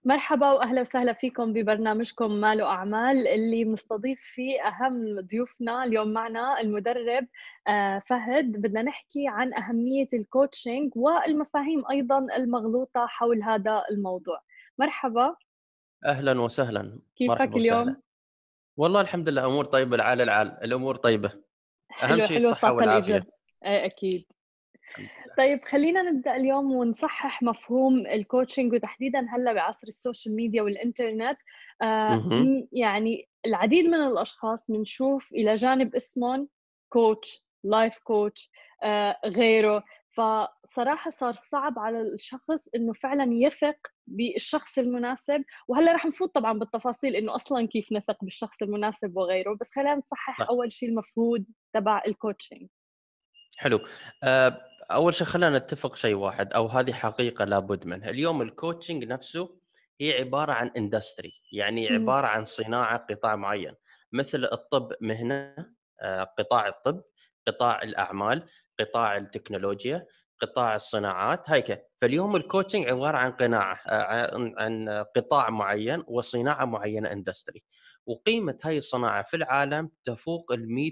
مرحبا وأهلا وسهلا فيكم ببرنامجكم ماله أعمال اللي بنستضيف فيه أهم ضيوفنا اليوم. معنا المدرب فهد. بدنا نحكي عن أهمية الكوتشنج والمفاهيم أيضا المغلوطة حول هذا الموضوع. مرحبا، أهلًا وسهلًا، كيفك مرحبا وسهلًا. اليوم؟ والله الحمد لله أمور طيبة العال العال، الأمور طيبة، أهم حلو شيء حلو، الصحة الطاقة والعافية. الإيجابية. إيه أكيد. الحمد لله. طيب خلّينا نبدأ اليوم ونصحّح مفهوم الcoaching وتحديدًا هلّأ بعصر السوشيال ميديا والإنترنت. اهم. يعني العديد من الأشخاص بنشوف إلى جانب اسمهم coach، life coach، غيره. فصراحة صار صعب على الشخص إنه فعلًا يثق بالشخص المناسب، وهلّأ رح نفوت طبعًا بالتفاصيل إنه أصلًا كيف نثق بالشخص المناسب وغيره، بس خلّينا نصحّح صح، أول شي المفهوم تبع الcoaching. حلو. أول شيء خلّينا نتفق شيء واحد أو هذه حقيقة لابد منها، اليوم الcoaching نفسه هي عبارة عن industry يعني اهم، عبارة عن صناعة قطاع معيّن، مثل الطب مهنة، قطاع الطب، قطاع الأعمال، قطاع التكنولوجيا، قطاع الصناعات هيك، فاليوم الcoaching عبارة عن قناعة عن قطاع معيّن وصناعة معيّنة industry. وقيمة هاي الصناعة في العالم تفوق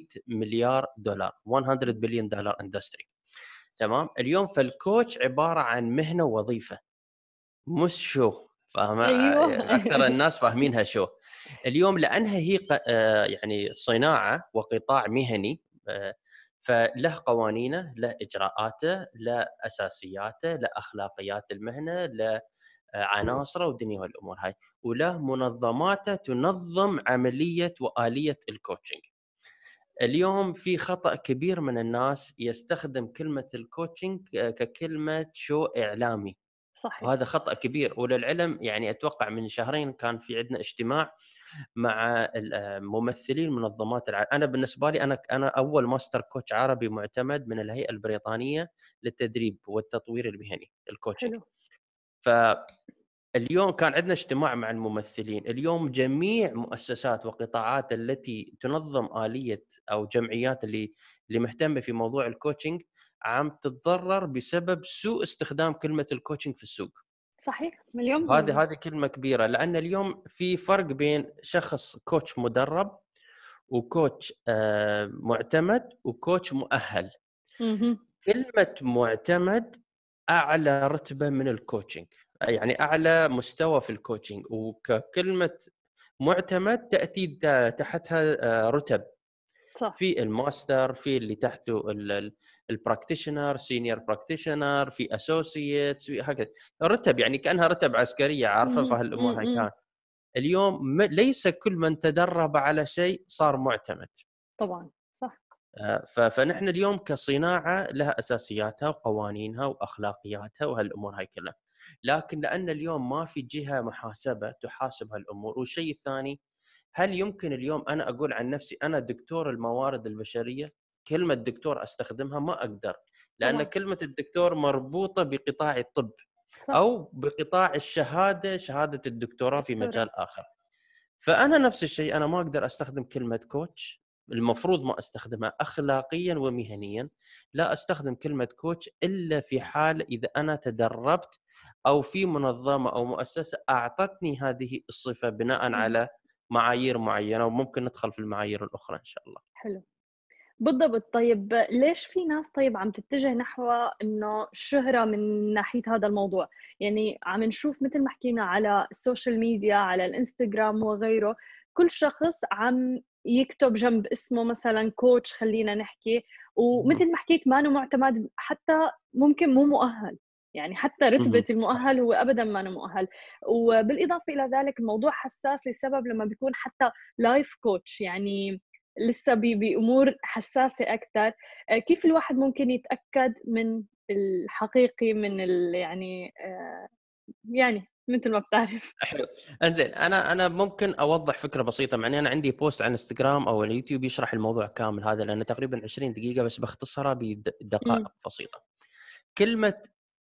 ال$100 مليار، 100 بليون دولار اندستري. تمام. اليوم فالكوتش عباره عن مهنه وظيفه، مش شو. فاهمة؟ أيوه. اكثر الناس فاهمينها شو. اليوم لانها هي يعني صناعه وقطاع مهني، فله قوانينه، له اجراءاته، له اساسياته، له اخلاقيات المهنه، له عناصره ودنيا والامور هاي، وله منظماته تنظم عمليه واليه الكوتشنج. اليوم في خطأ كبير من الناس يستخدم كلمة الكوتشنج ككلمة شو إعلامي، صحيح. وهذا خطأ كبير. وللعلم يعني أتوقع من شهرين كان في عندنا اجتماع مع ممثلي المنظمات أنا بالنسبة لي أنا أول ماستر كوتش عربي مُعتمد من الهيئة البريطانية للتدريب والتطوير المهني الcoaching. حلو. ف اليوم كان عندنا اجتماع مع الممثلين، اليوم جميع مؤسسات وقطاعات التي تنظم آلية أو جمعيات اللي مهتمة في موضوع الcoaching عم تتضرر بسبب سوء استخدام كلمة الcoaching في السوق. صحيح، مليون بالمِيّة. وهذه كلمة كبيرة، لأن اليوم في فرق بين شخص coach مدرب وcoach مُعتمد وcoach مؤهل. اهم. كلمة مُعتمد أعلى رتبة من الcoaching، يعني أعلى مستوى في الcoaching، وككلمة مُعتمد تأتي تحتها رُتب، صح. في الماستر، في اللي تحته الpractitioner senior practitioner، في associates، في هكذا، رُتب يعني كأنها رُتب عسكرية عارفة، اهم. فهالأمور هاي إمم. كانت. اليوم ليس كل من تدرب على شيء صار مُعتمد. طبعًا. صح. فنحن اليوم كصناعة لها أساسياتها وقوانينها وأخلاقياتها وهالأمور هاي كلها، لكن لأن اليوم ما في جهة محاسبة تحاسب هالأمور. والشيء الثاني، هل يمكن اليوم أنا أقول عن نفسي أنا دكتور الموارد البشرية؟ كلمة دكتور أستخدمها ما أقدر، لأن طبعًا. كلمة الدكتور مربوطة بقطاع الطب صح. أو بقطاع الشهادة، شهادة الدكتوراه في دكتورة. مجال آخر. فأنا نفس الشيء، أنا ما أقدر أستخدم كلمة كوتش، المفروض ما أستخدمها أخلاقيًا ومهنيًا، لا أستخدم كلمة كوتش إلا في حال إذا أنا تدربت أو في منظمة أو مؤسسة أعطتني هذه الصفة بناءً اهم. على معايير معينة، وممكن ندخل في المعايير الأخرى إن شاء الله. حلو. بالضبط. طيب ليش في ناس طيب عم تتجه نحو إنه الشهرة من ناحية هذا الموضوع؟ يعني عم نشوف متل ما حكينا على السوشيال ميديا، على الإنستجرام وغيره، كل شخص عم يكتب جنب اسمه مثلًا coach خلّينا نحكي، اهم، ومتل ما حكيت مانو مُعتمد، حتى ممكن مو مؤهل، يعني حتى رتبة اهم، صح، المؤهل هو أبدًا مانو مؤهل. وبالإضافة إلى ذلك الموضوع حساس لسبب لمّا بيكون حتى life coach، يعني لسه بأمور حساسة أكتر. كيف الواحد ممكن يتأكد من الحقيقي من يعني يعني متل ما بتعرف. حلو. انزين أنا ممكن أوضح فكرة بسيطة، مع إني أنا عندي بوست على الإنستجرام أو اليوتيوب يشرح الموضوع كامل هذا، لأنه تقريبًا 20 دقيقة، بس باختصرها إمم. دقائق بسيطة. كلمة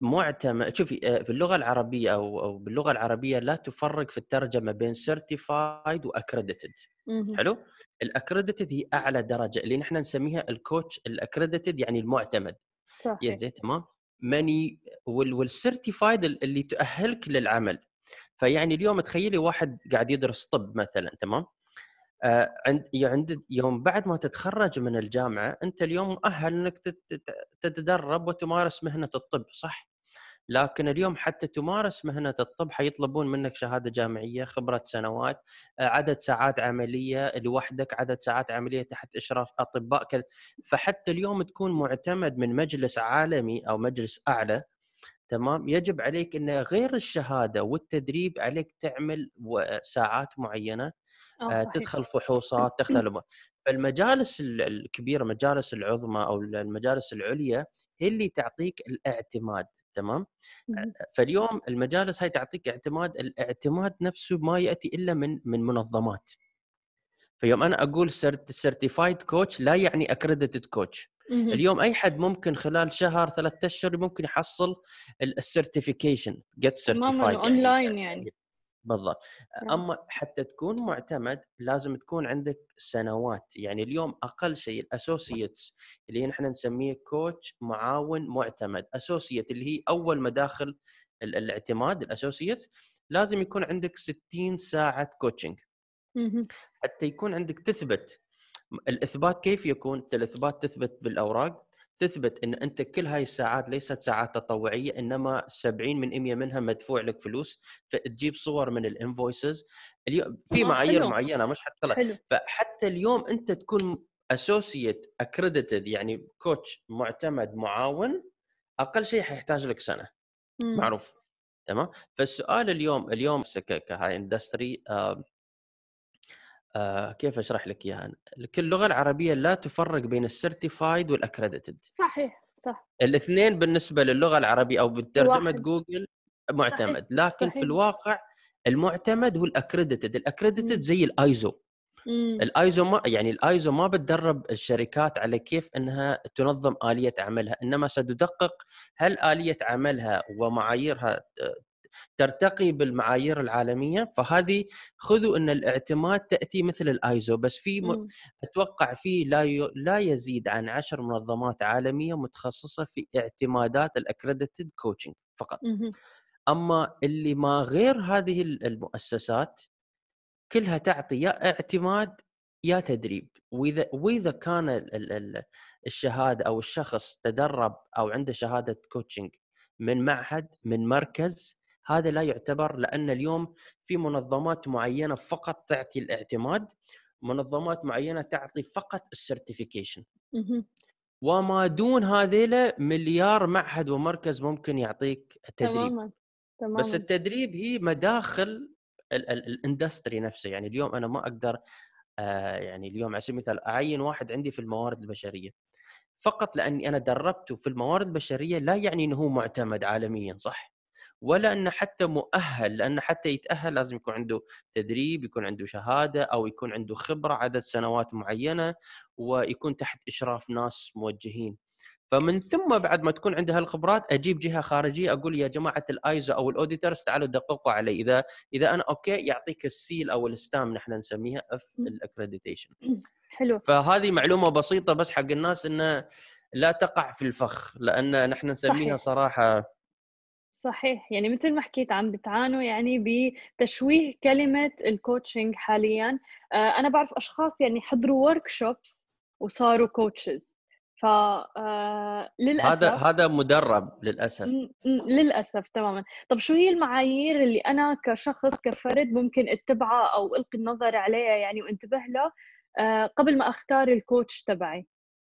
شوفي، في اللغة العربية أو باللغة العربية لا تفرق في الترجمة بين certified وaccredited. اهم. حلو؟ الaccredited هي أعلى درجة اللي نحن نسميها الcoach الaccredited يعني المعتمد. صحيح. زين تمام؟ ماني والcertified اللي تؤهلك للعمل. فيعني اليوم تخيلي واحد قاعد يدرس طب مثلا، تمام؟ عند يوم بعد ما تتخرج من الجامعه انت اليوم مؤهل انك تتدرب وتمارس مهنه الطب، صح؟ لكن اليوم حتى تمارس مهنة الطب حيطلبون منك شهادة جامعية، خبرة سنوات، عدد ساعات عملية لوحدك، عدد ساعات عملية تحت إشراف أطباء كذا. فحتى اليوم تكون معتمد من مجلس عالمي أو مجلس أعلى، تمام؟ يجب عليك أن غير الشهادة والتدريب عليك تعمل ساعات معينة، صحيح. تدخل فحوصات، تدخل. فالمجالس الكبيرة، المجالس العظمى أو المجالس العليا هي اللي تعطيك الاعتماد، تمام؟ فاليوم المجالس هاي تعطيك اعتماد، الاعتماد نفسه ما يأتي إلا من منظمات. فيوم أنا أقول سيرتيفايد كوتش لا يعني أكريديتد كوتش. اليوم أي حد ممكن خلال شهر 3 أشهر ممكن يحصل السيرتيفيكيشن، جيت تماما سيرتيفايد اونلاين يعني. بالضبط. اما حتى تكون معتمد لازم تكون عندك سنوات. يعني اليوم اقل شيء الاسوسييتس اللي نحن نسميه كوتش معاون معتمد، اسوسييت اللي هي اول مداخل الاعتماد، الاسوسييتس لازم يكون عندك 60 ساعه كوتشنج حتى يكون عندك تثبت. الاثبات كيف يكون؟ الاثبات تثبت بالاوراق، تثبت ان انت كل هاي الساعات ليست ساعات تطوعيه، انما 70% منها مدفوع لك فلوس، فتجيب صور من الانفويسز. اليوم في معايير حلو. معينه مش حتى حلو. فحتى اليوم انت تكون اسوسييت اكريديتد يعني كوتش معتمد معاون، اقل شيء حيحتاج لك سنه، معروف، تمام؟ فالسؤال اليوم كهاي اندستري، كيف اشرح لك اياها أنا؟ كل اللغه العربيه لا تفرق بين السيرتيفايد والاكريديتد. صحيح. صح. الاثنين بالنسبه للغه العربيه او بترجمه واحد. جوجل صحيح. معتمد، لكن في صحيح. الواقع المعتمد هو الاكريديتد. الاكريديتد مم. زي الايزو. مم. الايزو ما يعني الايزو ما بتدرب الشركات على كيف انها تنظم اليه عملها، انما ستدقق هل اليه عملها ومعاييرها ترتقي بالمعايير العالميه. فهذه خذوا ان الاعتماد تاتي مثل الايزو، بس في اتوقع في لا يزيد عن 10 منظمات عالميه متخصصه في اعتمادات الاكريديتد كوتشنج فقط. مم. اما اللي ما غير هذه المؤسسات كلها تعطي يا اعتماد يا تدريب. واذا كان الشهاده او الشخص تدرب او عنده شهاده كوتشنج من معهد من مركز، هذا لا يعتبر، لان اليوم في منظمات معينه فقط تعطي الاعتماد، منظمات معينه تعطي فقط السيرتيفيكيشن، مم. وما دون هذيله مليار معهد ومركز ممكن يعطيك تدريب. تماما. بس تماما. التدريب هي مداخل الاندستري نفسه. يعني اليوم انا ما اقدر يعني اليوم على سبيل المثال اعين واحد عندي في الموارد البشريه فقط لاني انا دربته في الموارد البشريه لا يعني انه هو معتمد عالميا، صح؟ ولا انه حتى مؤهل، لانه حتى يتاهل لازم يكون عنده تدريب، يكون عنده شهاده، او يكون عنده خبره عدد سنوات معينه، ويكون تحت اشراف ناس موجهين. فمن ثم بعد ما تكون عنده هالخبرات اجيب جهه خارجيه اقول يا جماعه الايزو او الاوديترز تعالوا دققوا علي، اذا انا اوكي يعطيك السيل او الستام نحن نسميها اف الاكريديتيشن. حلو. فهذه معلومه بسيطه بس حق الناس انه لا تقع في الفخ، لان نحن نسميها صحيح. صراحه. صحيح. يعني مثل ما حكيت عم بتعانوا يعني بتشويه كلمة الكوتشنج حاليا. أنا بعرف أشخاص يعني حضروا workshops وصاروا coaches. هذا للأسف. هذا مدرب للاسف. للأسف تماما. طب شو هي المعايير اللي أنا كشخص كفرد ممكن اتبعها أو ألقي النظر عليها يعني وانتبه لها قبل ما أختار الكوتش تبعي؟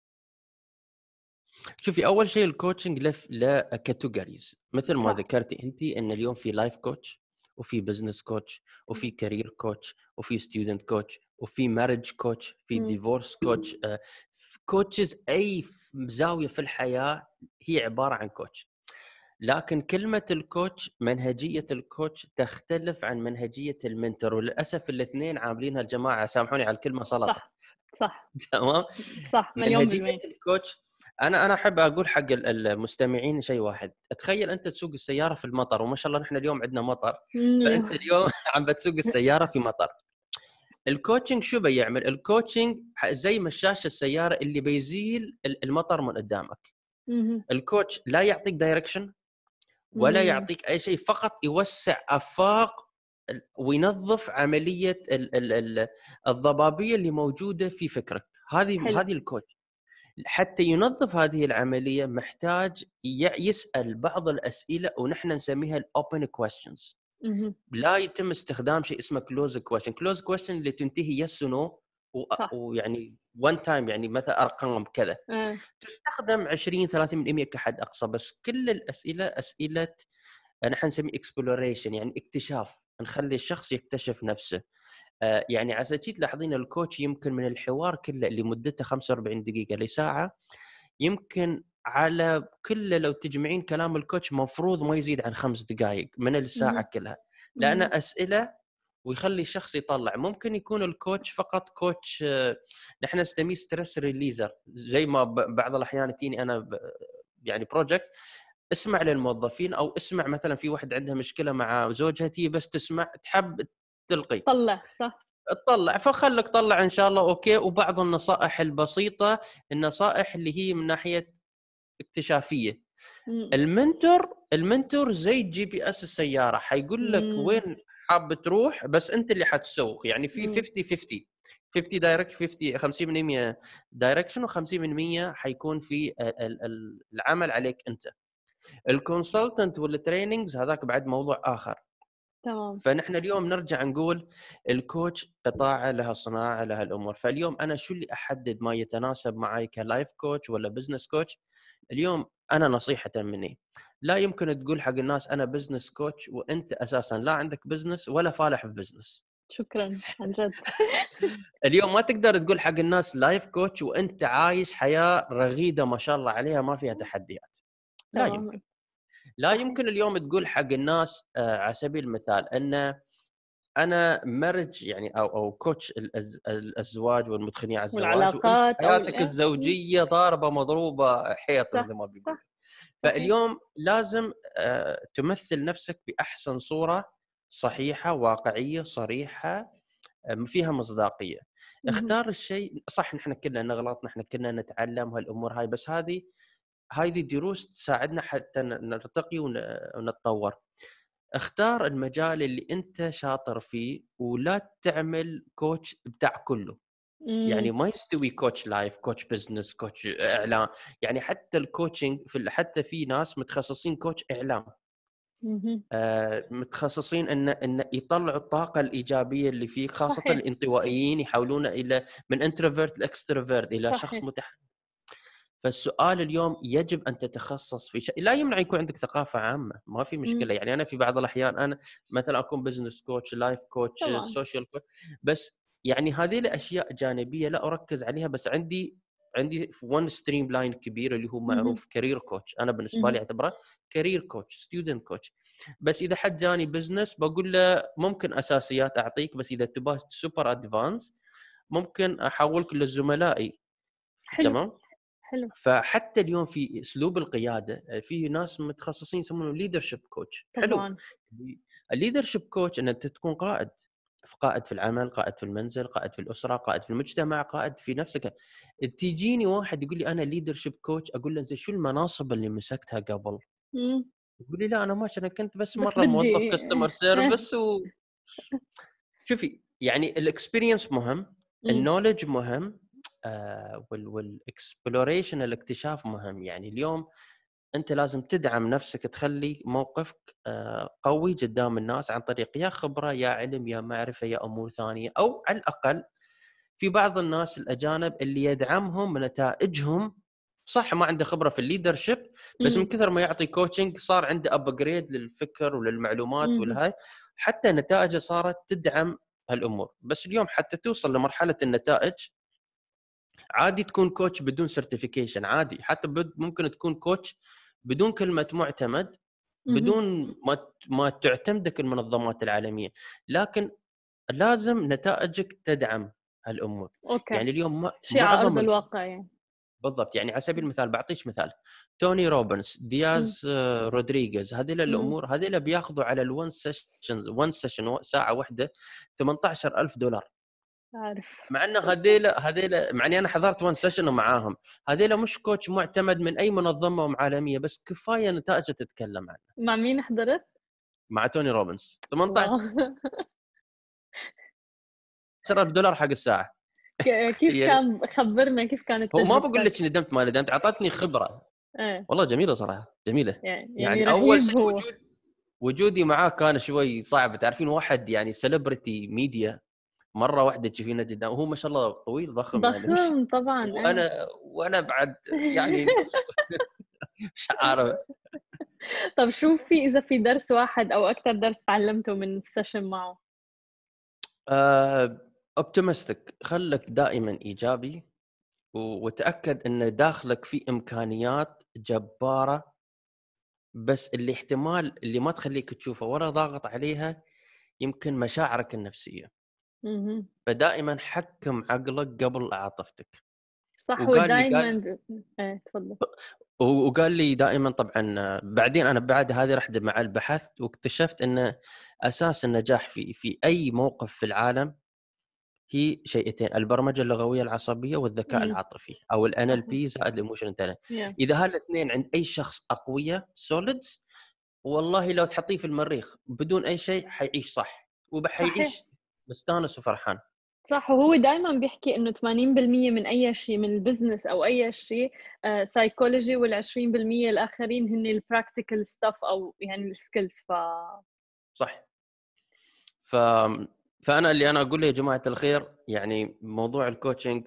شوفي اول شيء الكوتشنج له كاتيجوريز مثل ما صح. ذكرتي انت، ان اليوم في لايف كوتش وفي بزنس كوتش وفي كارير كوتش وفي ستودنت كوتش وفي مارج كوتش، في مم. ديفورس كوتش. كوتشز اي زاويه في الحياه هي عباره عن كوتش. لكن كلمه الكوتش، منهجيه الكوتش تختلف عن منهجيه المنتور، وللاسف الاثنين عاملينها الجماعه، سامحوني على الكلمه سلطه. صح. صح. تمام. صح مليون منهجيه بالمية. الكوتش، انا احب اقول حق المستمعين شيء واحد. تخيل انت تسوق السياره في المطر، وما شاء الله نحن اليوم عندنا مطر، فانت مليون. اليوم عم بتسوق السياره في مطر. الكوتشنج شو بيعمل؟ الكوتشنج زي مشاش السياره اللي بيزيل المطر من قدامك. مهم. الكوتش لا يعطيك دايركشن ولا مم. يعطيك اي شيء، فقط يوسع افاق وينظف عمليه الضبابيه اللي موجوده في فكرك. حلو. هذه الكوتش. حتى ينظف هذه العمليه محتاج يسال بعض الاسئله، ونحن نسميها الاوبن كويستشنز. اهم. لا يتم استخدام شيء اسمه كلوز كويستشن. كلوز كويستشن اللي تنتهي يس ونو، صح. ويعني وان تايم، يعني مثلا ارقام كذا، آه. تستخدم 20 30% كحد اقصى. بس كل الاسئله اسئله نحن نسميه اكسبلوريشن، يعني اكتشاف، نخلي الشخص يكتشف نفسه. يعني على اساس تلاحظين الكوتش يمكن من الحوار كله اللي مدته 45 دقيقه لساعه، يمكن على كله لو تجمعين كلام الكوتش مفروض ما يزيد عن 5 دقائق من الساعه اهم. كلها، لان اهم. اسئله ويخلي الشخص يطلع. ممكن يكون الكوتش فقط كوتش نحن نسميه ستريس ريليزر، زي ما بعض الاحيان تجيني انا يعني بروجكت اسمع للموظفين، او اسمع مثلا في واحد عندها مشكله مع زوجها، تي بس تسمع، تحب تلقي طلّع صح. تطلع، فخلك طلع ان شاء الله اوكي. وبعض النصائح البسيطه، النصائح اللي هي من ناحيه اكتشافيه. إمم. المنتور زي الجي بي اس السياره، حيقول لك إمم. وين حاب تروح، بس انت اللي حتسوق. يعني في إمم. 50 50 50 دايركت، 50 50% دايركشن، و50% حيكون في العمل عليك انت. الكونسلتنت والتريننجز هذاك بعد موضوع اخر. تمام. فنحن اليوم نرجع نقول الكوتش قطاع لها صناعه لها الامور. فاليوم انا شو اللي احدد ما يتناسب معي كلايف كوتش ولا بزنس كوتش؟ اليوم انا نصيحه مني، لا يمكن تقول حق الناس انا بزنس كوتش وانت اساسا لا عندك بزنس ولا فالح في بزنس. شكرًا عن جد. اليوم ما تقدر تقول حق الناس لايف كوتش وانت عايش حياه رغيده ما شاء الله عليها ما فيها تحديات. لا يمكن. تمامًا. لا صحيح. يمكن اليوم تقول حق الناس على سبيل المثال ان انا مرج، يعني او كوتش الازواج والمدخلين على الزواج، وانت والعلاقات أو حياتك إمم. الزوجيه ضاربه مضروبه حيط صح. مثل ما بيقولوا. صح. صحيح. فاليوم لازم تمثل نفسك باحسن صوره، صحيحه، واقعيه، صريحه، فيها مصداقيه. اهم. اختار الشيء صح. نحن كلنا نغلط، نحن كلنا نتعلم هالامور هاي، بس هذه دروس تساعدنا حتى نرتقي ونتطور. اختار المجال اللي انت شاطر فيه، ولا تعمل كوتش بتاع كله. إمم. يعني ما يستوي كوتش لايف، كوتش بزنس، كوتش اعلام. يعني حتى الكوتشنج حتى في ناس متخصصين كوتش اعلام، اهم. متخصصين ان يطلعوا الطاقه الايجابيه اللي فيك، خاصه صحيح. الانطوائيين يحولونه الى من انتروفيرت لاكستروفيرت، الى شخص صحيح. متحدث. فالسؤال اليوم يجب أن تتخصص في شيء. لا يمنع يكون عندك ثقافة عامة، ما في إمم. مشكلة. يعني أنا في بعض الأحيان أنا مثلا أكون بزنس كوتش، لايف كوتش، طبعًا. سوشيال كوتش، بس يعني هذه الأشياء جانبية لا أركز عليها. بس عندي one ستريم لاين كبير اللي هو اهم. معروف كارير كوتش. أنا بالنسبة لي اهم. أعتبره كارير كوتش، ستودنت كوتش. بس إذا حد جاني بزنس بقول له ممكن أساسيات أعطيك، بس إذا تبغى سوبر أدفانس ممكن أحولك لزملائي. حلو. تمام. حلو. فحتى اليوم في اسلوب القياده في ناس متخصصين يسمونهم ليدرشيب كوتش. حلو. طبعًا. الليدرشيب كوتش ان انت تكون قائد، قائد في العمل، قائد في المنزل، قائد في الاسره، قائد في المجتمع، قائد في نفسك. تيجيني واحد يقول لي انا ليدرشيب كوتش، اقول له زين شو المناصب اللي مسكتها قبل؟ إمم. يقول لي لا انا ماشي، انا كنت بس بس مره موظف بدي كاستمر سيرفيس شوفي يعني الاكسبيرينس مهم، إمم. النولج مهم، والاكسبلوريشن الاكتشاف مهم. يعني اليوم انت لازم تدعم نفسك، تخلي موقفك قوي قدام الناس عن طريق يا خبره، يا علم، يا معرفه، يا امور ثانيه. او على الاقل في بعض الناس الاجانب اللي يدعمهم نتائجهم. صح ما عنده خبره في الليدرشيب، بس من إمم. كثر ما يعطي كوتشنج صار عنده ابجريد للفكر وللمعلومات اهم. والهاي، حتى نتائجه صارت تدعم هالامور. بس اليوم حتى توصل لمرحله النتائج عادي تكون كوتش بدون سيرتيفيكيشن، عادي. حتى ممكن تكون كوتش بدون كلمة معتمد، اهم. بدون ما تعتمدك المنظمات العالمية، لكن لازم نتائجك تدعم هالأمور. أوكي. يعني اليوم شيء على أرض معظم الواقع يعني. بالضبط. يعني على سبيل المثال بعطيك مثال، توني روبنز، إمم. دياز رودريغيز، هذيل إمم. الأمور هذيل بياخذوا على الون سيشن ساعة واحدة $18,000. عارف. مع ان هذيلا مع اني انا حضرت وان سيشن معاهم، هذيلا مش كوتش معتمد من اي منظمه عالميه، بس كفايه نتائجه تتكلم عنه. مع مين حضرت؟ مع توني روبنز 18 واو. $10,000 حق الساعه. كيف تخيلي. كان؟ خبرنا كيف كانت هو ما بقول تجربتك. لك ندمت ما ندمت، اعطتني خبره ايه والله جميله صراحه جميله. يعني يعني اول رهيب شيء هو. وجودي معاه كان شوي صعب، تعرفين واحد يعني سيلبرتي ميديا مره واحده تشوفينه قدام، وهو ما شاء الله طويل ضخم يعني مش ضخم طبعا ايه. وانا بعد يعني نص مش عارف. طب شو في، اذا في درس واحد او اكثر درس تعلمته من السيشن معه؟ اوبتيمستيك، خلك دائما ايجابي، وتاكد ان داخلك في امكانيات جباره، بس اللي احتمال اللي ما تخليك تشوفه ولا ضاغط عليها يمكن مشاعرك النفسيه. مهم. فدائما حكم عقلك قبل عاطفتك. صح، وقال لي ودائما قال ايه تفضل. وقال لي دائما طبعا بعدين انا بعد هذه رحت مع البحث واكتشفت ان اساس النجاح في اي موقف في العالم هي شيئين: البرمجه اللغويه العصبيه والذكاء امم. العاطفي، او ال صحيح. NLP زائد الايموشن انتليجنس. يا اذا هالاثنين عند اي شخص اقوياء سوليدز، والله لو تحطيه في المريخ بدون اي شيء حيعيش صح صحيح. وبحيعيش مستانس وفرحان. صح، وهو دائما بيحكي انه 80% من اي شيء، من البزنس او اي شيء سايكولوجي، وال20% الاخرين هن البراكتيكال ستاف او يعني السكيلز. صح. ف فانا اللي انا اقول له يا جماعه الخير، يعني موضوع الكوتشنج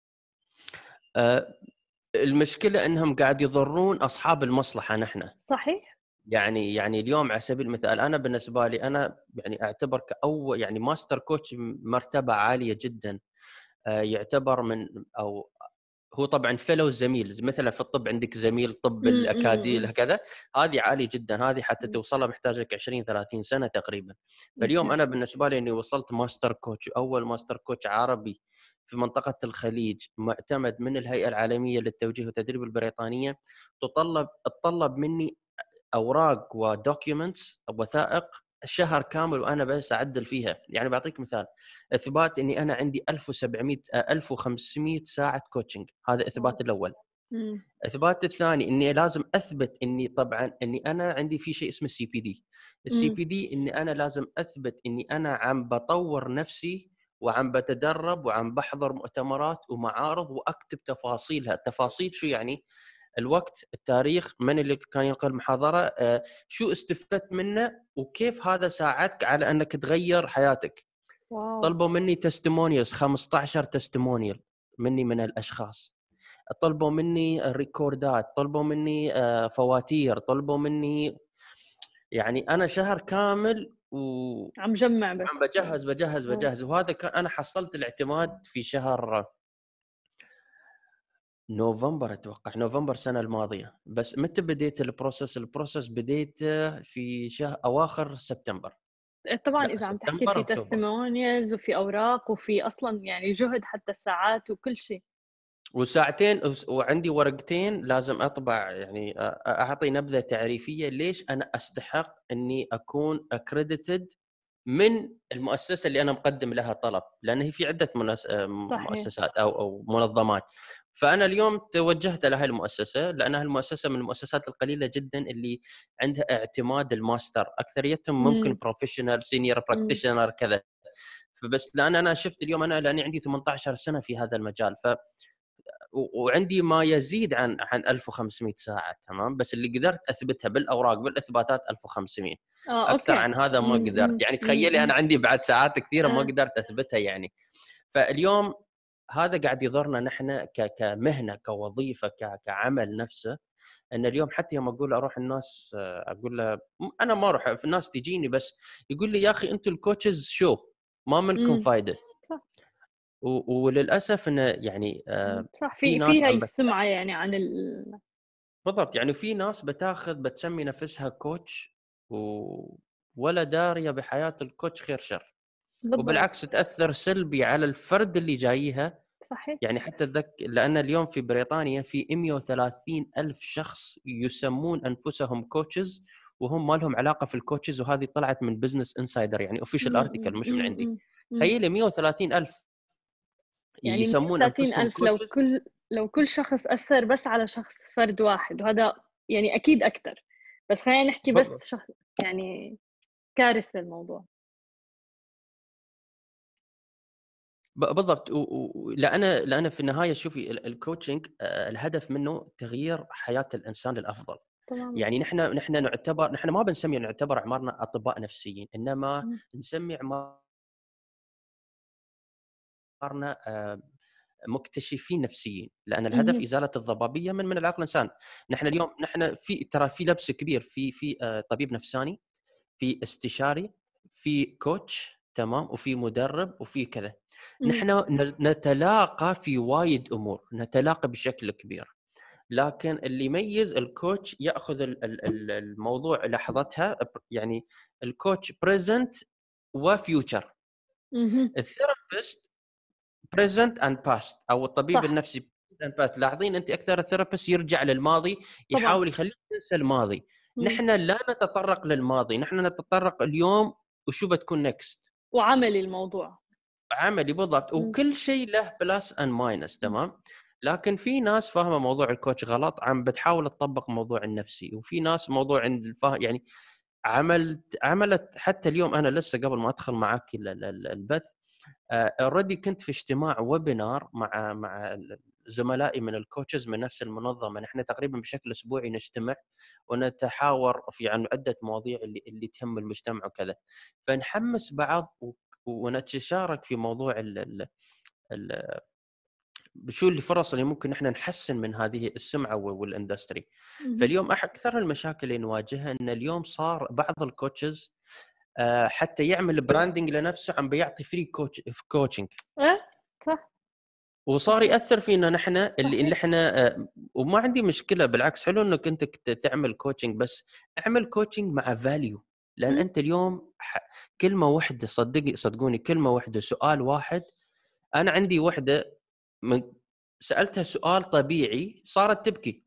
المشكله انهم قاعد يضرون اصحاب المصلحه نحن. صحيح. يعني اليوم على سبيل المثال انا بالنسبه لي انا يعني اعتبر كأول يعني ماستر كوتش مرتبه عاليه جدا. يعتبر من او هو طبعا فيلو زميل، مثلا في الطب عندك زميل طب الاكاديمي امم. هكذا، هذه عالي جدا، هذه حتى توصلها محتاج لك 20 30 سنه تقريبا. فاليوم اوكي. انا بالنسبه لي اني وصلت ماستر كوتش، اول ماستر كوتش عربي في منطقه الخليج، معتمد من الهيئه العالميه للتوجيه والتدريب البريطانيه. تطلب مني اوراق ودوكيومنتس وثائق شهر كامل وانا بس اعدل فيها. يعني بعطيك مثال: اثبات اني انا عندي 1700 1500 ساعه كوتشنج، هذا اثبات الاول. امم. اثبات الثاني اني لازم اثبت اني طبعا اني انا عندي في شيء اسمه السي بي دي. السي امم. بي دي اني انا لازم اثبت اني انا عم بطور نفسي وعم بتدرب وعم بحضر مؤتمرات ومعارض واكتب تفاصيلها. تفاصيل شو يعني؟ الوقت، التاريخ، من اللي كان يلقى المحاضره، شو استفدت منه، وكيف هذا ساعدك على انك تغير حياتك. واو. طلبوا مني تستيمونيالز 15 تستيمونيال مني من الاشخاص. طلبوا مني الريكوردات، طلبوا مني فواتير، طلبوا مني، يعني انا شهر كامل عم جمع وعم بس. بجهز. وهذا كان انا حصلت الاعتماد في شهر نوفمبر، اتوقع نوفمبر السنه الماضيه. بس متى بديت البروسيس بديت في شهر اواخر سبتمبر. طبعا لا اذا عم تحكي سبتمبر في اكتوبر. تستيمونيالز وفي اوراق وفي اصلا يعني جهد، حتى الساعات وكل شيء. وساعتين وعندي ورقتين لازم اطبع، يعني اعطي نبذه تعريفيه ليش انا استحق اني اكون اكريديتد من المؤسسه اللي انا مقدم لها طلب، لان هي في عده صحيح. مؤسسات او منظمات. فانا اليوم توجهت لهذه المؤسسه لانها المؤسسه من المؤسسات القليله جدا اللي عندها اعتماد الماستر، اكثريتهم ممكن امم. بروفيشنال سينيور امم. براكتيشنر كذا. فبس لان انا شفت اليوم انا لاني عندي 18 سنه في هذا المجال، وعندي ما يزيد عن 1500 ساعه، تمام، بس اللي قدرت اثبتها بالاوراق بالاثباتات 1500. اكثر اوكي. عن هذا ما امم. قدرت، يعني تخيلي انا عندي بعد ساعات كثيره ما اه. قدرت اثبتها يعني. فاليوم هذا قاعد يضرنا نحن كمهنه كوظيفه كعمل نفسه. ان اليوم حتى يوم اقول اروح الناس اقول له انا ما اروح، في الناس تجيني بس يقول لي يا اخي انتم الكوتشز شو ما منكم امم. فايده. صح. وللاسف انه يعني صح، في في ناس هاي عم السمعة يعني عن بالضبط، يعني في ناس بتسمي نفسها كوتش ولا داريه بحياه الكوتش خير شر، بالضبط. وبالعكس تاثر سلبي على الفرد اللي جايها. صحيح. يعني حتى لان اليوم في بريطانيا في 130 الف شخص يسمون انفسهم كوتشز وهم ما لهم علاقه في الكوتشز، وهذه طلعت من بزنس انسايدر يعني اوفيشال ارتكل مش من عندي. أمم. تخيلي 130 الف يعني يسمون 130 انفسهم ألف، لو كوتشز. كل شخص أثر بس على شخص، فرد واحد، وهذا يعني أكيد أكتر، بس خلينا نحكي بس بالضبط. شخص يعني. كارثة الموضوع. بالضبط. لأن في النهاية شوفي الcoaching الهدف منه تغيير حياة الإنسان للأفضل. تمامًا. يعني نحن ما بنسمي نعتبر أعمارنا أطباء نفسيين، إنما إمم. نسمي أعمارنا مكتشفين نفسيين، لأن الهدف اهم. إزالة الضبابية من العقل الإنسان. نحن اليوم في لبس كبير في طبيب نفساني، في استشاري، في كوتش، تمام، وفي مدرب، وفي كذا. إمم. نحن نتلاقى في وايد أمور، نتلاقى بشكل كبير، لكن اللي يميز الكوتش يأخذ الموضوع لحظتها، يعني الكوتش present وfuture. اهم. الثيرابيست present and past، او الطبيب صح. النفسي present and past. لاحظين انت اكثر الثيرابيست يرجع للماضي، طبعًا. يحاول يخليك تنسى الماضي. إمم. نحن لا نتطرق للماضي، نحن نتطرق اليوم وشو بتكون نكست. وعملي الموضوع. عملي بالضبط، إمم. وكل شيء له بلس اند ماينس، إمم. تمام. لكن في ناس فاهمه موضوع الكوتش غلط، عم بتحاول تطبق موضوع النفسي، وفي ناس موضوع عند يعني عملت حتى اليوم. انا لسه قبل ما ادخل معك البث اوريدي كنت في اجتماع ويبينار مع زملائي من الكوتشز من نفس المنظمه. نحن تقريبا بشكل اسبوعي نجتمع ونتحاور في عن عده مواضيع اللي تهم المجتمع وكذا، فنحمس بعض ونتشارك في موضوع ال شو الفرص اللي ممكن احنا نحسن من هذه السمعه والاندستري. اهم. فاليوم اكثر المشاكل اللي نواجهها ان اليوم صار بعض الكوتشز حتى يعمل براندنج لنفسه عم بيعطي فري كوتشنج، إيه، صح. وصار صحيح. ياثر فينا نحن اللي صحيح. احنا وما عندي مشكله، بالعكس حلو انك انت تعمل كوتشنج، بس اعمل كوتشنج مع فاليو. لان إمم. انت اليوم كلمه واحده، صدقوني كلمه واحده، سؤال واحد. انا عندي وحده من سالتها سؤال طبيعي صارت تبكي.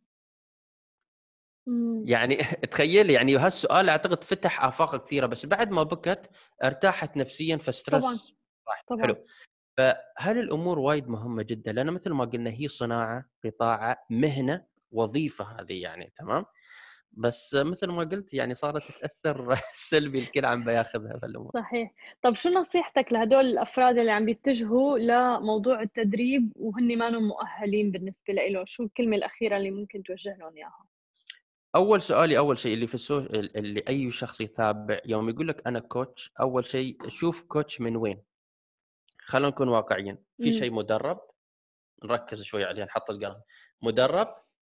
إمم. يعني تخيل، يعني هالسؤال اعتقد فتح افاق كثيره، بس بعد ما بكت ارتاحت نفسيا، طبعًا. فستريس راح. طبعًا. حلو. فهل الامور وايد مهمه جدا، لان مثل ما قلنا هي صناعه، قطاع، مهنه، وظيفه هذه يعني، تمام. بس مثل ما قلت يعني صارت تاثر سلبي، الكل عم بياخذها في الامور. صحيح. طَب شو نصيحتك لهدول الأفراد اللي عم بيتجهوا لموضوع التدريب وهن مانن مؤهلين بالنسبة لإلهم؟ شو الكلمة الأخيرة اللي ممكن توجه لهم إياها؟ اول شيء اللي في اللي اي شخص يتابع يوم يقول لك انا كوتش، اول شيء شوف كوتش من وين. خلينا نكون واقعيين، في إمم. شيء مدرب، نركز شوي عليه، نحط القلم. مدرب،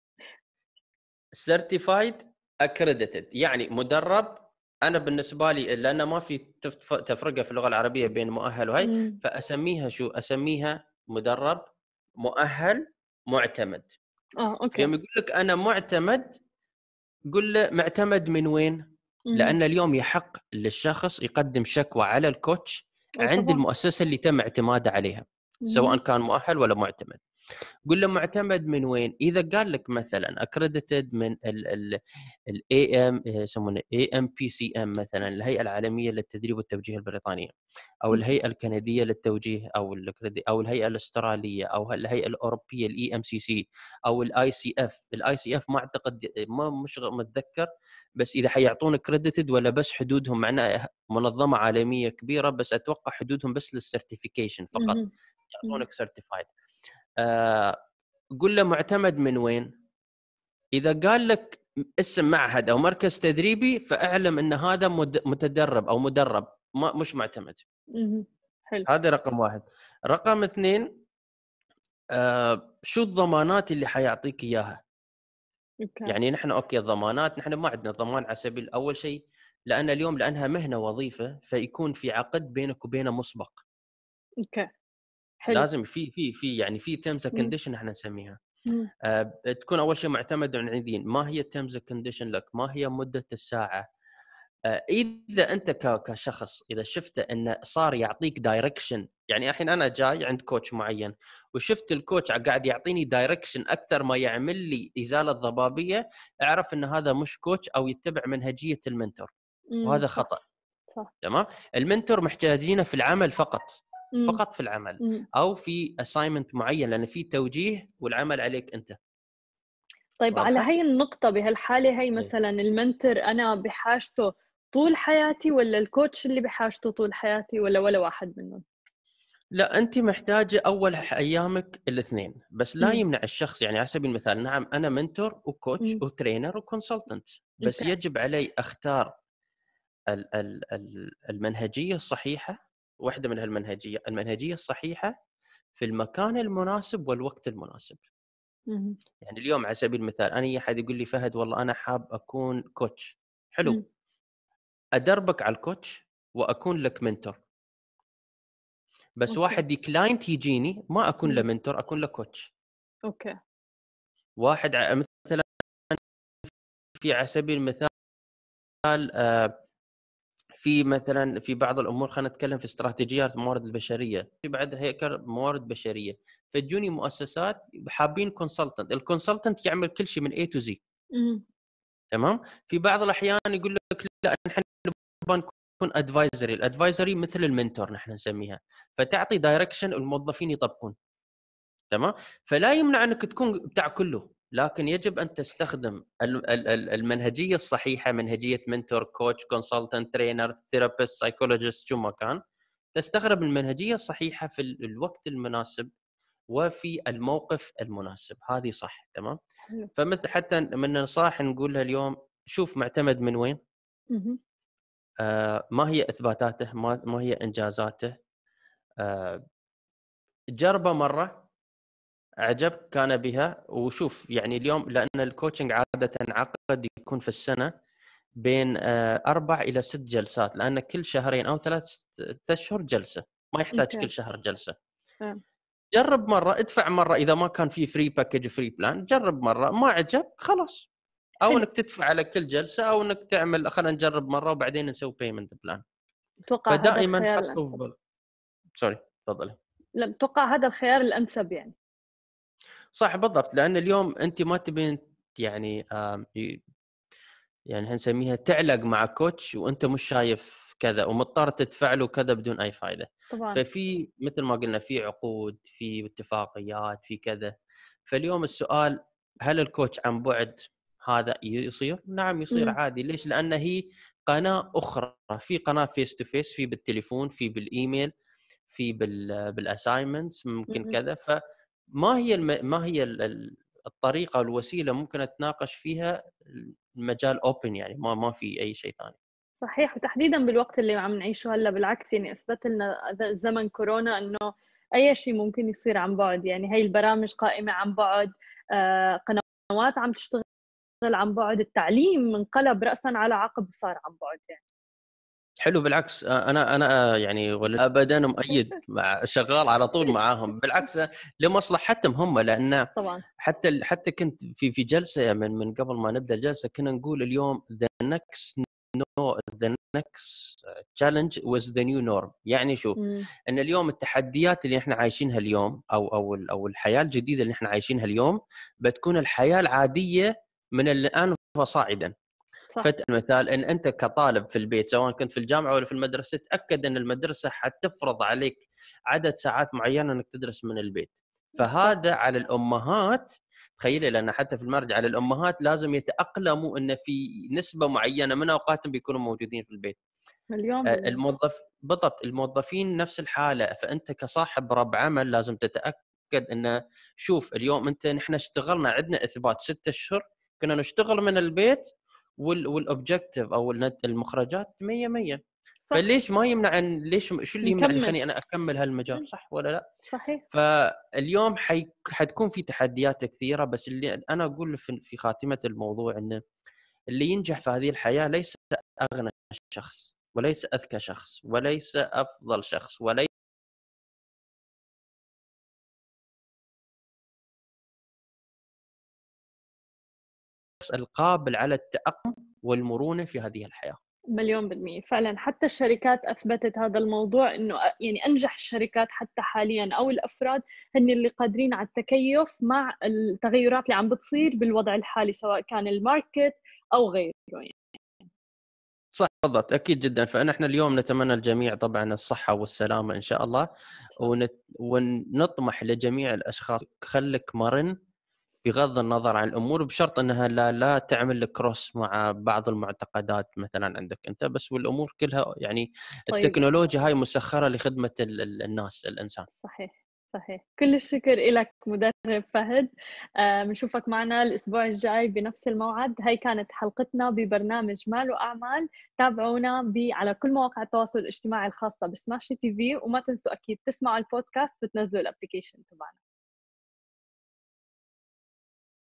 certified، accredited. يعني مدرب، انا بالنسبه لي لان ما في تفرقه في اللغه العربيه بين مؤهل وهي، إمم. فاسميها شو؟ اسميها مدرب، مؤهل، معتمد. أوكي. فيوم يقول لك انا معتمد، قل له معتمد من وين؟ اهم. لان اليوم يحق للشخص يقدم شكوى على الكوتش عند طبعًا. المؤسسه اللي تم اعتماده عليها، سواء اهم. كان مؤهل ولا معتمد. قل له معتمد من وين؟ اذا قال لك مثلا accredited من الاي ام، يسمونه اي ام بي سي ام مثلا، الهيئه العالميه للتدريب والتوجيه البريطانيه، او أوكي. الهيئه الكنديه للتوجيه، او الهيئه الاستراليه، او الهيئه الاوروبيه الاي ام سي سي، او الاي سي اف. الاي سي اف ما اعتقد، ما مش متذكر، بس اذا حيعطون كريديتد ولا بس حدودهم، معنا منظمه عالميه كبيره، بس اتوقع حدودهم بس للسيرتيفيكيشن فقط، اهم. اهم. يعطونك سيرتيفايد. قل له معتمد من وين؟ اذا قال لك اسم معهد او مركز تدريبي، فاعلم ان هذا متدرب او مدرب، مش معتمد. اهم. حلو. هذا رقم واحد. رقم اثنين، شو الضمانات اللي حيعطيك اياها؟ أوكي. يعني نحن اوكي الضمانات، نحن ما عندنا ضمان على سبيل اول شيء، لان اليوم لانها مهنه وظيفه، فيكون في عقد بينك وبينه مسبق. أوكي. حلو. لازم في يعني في تيرمز اند إمم. كونديشن احنا نسميها. إمم. تكون اول شيء معتمد عن عندين، ما هي التيرمز اند كونديشن لك، ما هي مده الساعه. اذا انت كشخص اذا شفت انه صار يعطيك دايركشن، يعني الحين انا جاي عند كوتش معين وشفت الكوتش قاعد يعطيني دايركشن اكثر ما يعمل لي ازاله ضبابيه، اعرف ان هذا مش كوتش او يتبع منهجيه المنتور، إمم. وهذا صح. خطا. صح. تمام. المنتور محتاجينه في العمل فقط، إمم. فقط في العمل، إمم. او في اساينمنت معين، لان في توجيه والعمل عليك انت. طيب على واضحه؟ هاي النقطة بهالحالة هاي إيه. مثلًا الmentor أنا بحاجته طول حياتي، ولا الكوتش اللي بحاجته طول حياتي، ولا واحد منهم؟ لا، انت محتاجه اول ايامك الاثنين، بس لا امم. يمنع الشخص. يعني على سبيل المثال، نعم انا منتور وكوتش امم. وترينر وكونسلتنت، بس اوكي. يجب علي اختار المنهجيه الصحيحه. واحده من المنهجيه الصحيحه في المكان المناسب والوقت المناسب. امم. يعني اليوم على سبيل المثال، انا اي احد يقول لي فهد والله انا حاب اكون كوتش، امم. حلو، ادربك على الكوتش واكون لك منتور. بس اوكي. واحد كلاينت يجيني ما اكون له امم. منتور، اكون له كوتش. اوكي. واحد مثلا في على سبيل المثال في مثلا في بعض الامور، خلينا نتكلم في استراتيجيات الموارد البشريه، في بعد هيكل موارد بشريه، فتجوني مؤسسات حابين كونسلتنت، الكونسلتنت يعمل كل شيء من A to Z. امم. تمام. في بعض الاحيان يقول لك لا نحن نبغى نكون ادفايزري، الادفايزري مثل المنتور نحن نسميها، فتعطي دايركشن الموظفين يطبقون. تمام. فلا يمنع انك تكون بتاع كله، لكن يجب ان تستخدم المنهجيه الصحيحه، منهجيه منتور كوتش كونسلتنت ترينر ثيرابيست سايكولوجيست، شو ما كان، تستخدم المنهجيه الصحيحه في الوقت المناسب وفي الموقف المناسب. هذه صح. تمام. حلو. فمثل حتى من النصائح نقولها اليوم، شوف معتمد من وين، امم. ما هي اثباتاته، ما هي انجازاته، جربه مره، عجبك كان بها وشوف. يعني اليوم لان الكوتشنج عاده عقد يكون في السنه بين 4 إلى 6 جلسات، لان كل شهرين او 3 اشهر جلسه، ما يحتاج اوكي. كل شهر جلسه. فاهم. جرب مره، ادفع مره، اذا ما كان في فري باكج فري بلان جرب مره، ما عجبك خلاص، او حلو. انك تدفع على كل جلسه، او انك تعمل خلينا نجرب مره وبعدين نسوي بيمنت بلان. اتوقع هذا فدائما الخيار حطوا الانسب. سوري تفضلي. لا، اتوقع هذا الخيار الانسب يعني. صح بالضبط، لان اليوم انت ما تبين يعني يعني هنسميها تعلق مع كوتش وانت مش شايف كذا ومضطر تدفع له كذا بدون اي فائده. طبعا. ففي مثل ما قلنا في عقود، في اتفاقيات، في كذا. فاليوم السؤال، هل الكوتش عن بعد هذا يصير؟ نعم يصير امم. عادي. ليش؟ لان هي قناه اخرى، في قناه فيس تو فيس، في بالتليفون، في بالايميل، في بالاساينمنتس، ممكن امم. كذا. فما هي ما هي الطريقه الوسيله ممكن اتناقش فيها، المجال اوبن، يعني ما في اي شيء ثاني. صحيح، وتحديدا بالوقت اللي عم نعيشه هلا، بالعكس يعني اثبت لنا زمن كورونا انه اي شيء ممكن يصير عن بعد. يعني هي البرامج قائمه عن بعد، قنوات عم تشتغل عن بعد، التعليم انقلب راسا على عقب وصار عن بعد يعني. حلو، بالعكس انا يعني ولا ابدا مؤيد، شغال على طول معاهم، بالعكس لمصلحتهم هم. لان طبعا. حتى كنت في جلسه من قبل ما نبدا الجلسه، كنا نقول اليوم the next challenge was the new norm. يعني شو؟ امم. ان اليوم التحديات اللي احنا عايشينها اليوم، او الحياه الجديده اللي احنا عايشينها اليوم، بتكون الحياه العاديه من الان فصاعدا. صح. مثال ان انت كطالب في البيت، سواء كنت في الجامعه ولا في المدرسه، تاكد ان المدرسه حتفرض عليك عدد ساعات معينه انك تدرس من البيت. صح. فهذا على الامهات، تخيلي، لان حتى في المرجع على الامهات لازم يتاقلموا ان في نسبه معينه من اوقاتهم بيكونوا موجودين في البيت. مليون بالمية. بالضبط الموظفين نفس الحاله. فانت كصاحب رب عمل لازم تتاكد انه، شوف اليوم نحن اشتغلنا، عندنا اثبات 6 اشهر كنا نشتغل من البيت، والاوبجكتيف او المخرجات 100 100. صح. فليش ما يمنع ليش شو اللي يمنع اللي نكمل. يخليني انا اكمل هالمجال؟ صح ولا لا؟ صحيح. فاليوم حتكون في تحديات كثيره، بس اللي انا اقول في خاتمه الموضوع انه اللي ينجح في هذه الحياه ليس اغنى شخص، وليس اذكى شخص، وليس افضل شخص، وليس القابل على التاقلم والمرونه في هذه الحياه. مليون بالمية فعلا. حتى الشركات أثبتت هذا الموضوع، إنه يعني أنجح الشركات حتى حاليا أو الأفراد هن اللي قادرين على التكيف مع التغيرات اللي عم بتصير بالوضع الحالي، سواء كان الماركت أو غيره يعني. صح بالضبط، اكيد جدا. فنحن اليوم نتمنى الجميع طبعا الصحه والسلامه ان شاء الله، ونطمح لجميع الاشخاص، خلك مرن بغض النظر عن الامور، بشرط انها لا تعمل كروس مع بعض المعتقدات مثلا عندك انت بس، والامور كلها يعني طيب التكنولوجيا هاي مسخره لخدمه الناس، الانسان. صحيح، صحيح. كل الشكر إلك مدرب فهد. بنشوفك معنا الأسبوع الجاي بنفس الموعد. هاي كانت حلقتنا ببرنامج مال وأعمال. تابعونا على كل مواقع التواصل الاجتماعي الخاصة بسماشي تي في، وما تنسوا أكيد تسمعوا البودكاست وتنزلوا الابليكيشن تبعنا.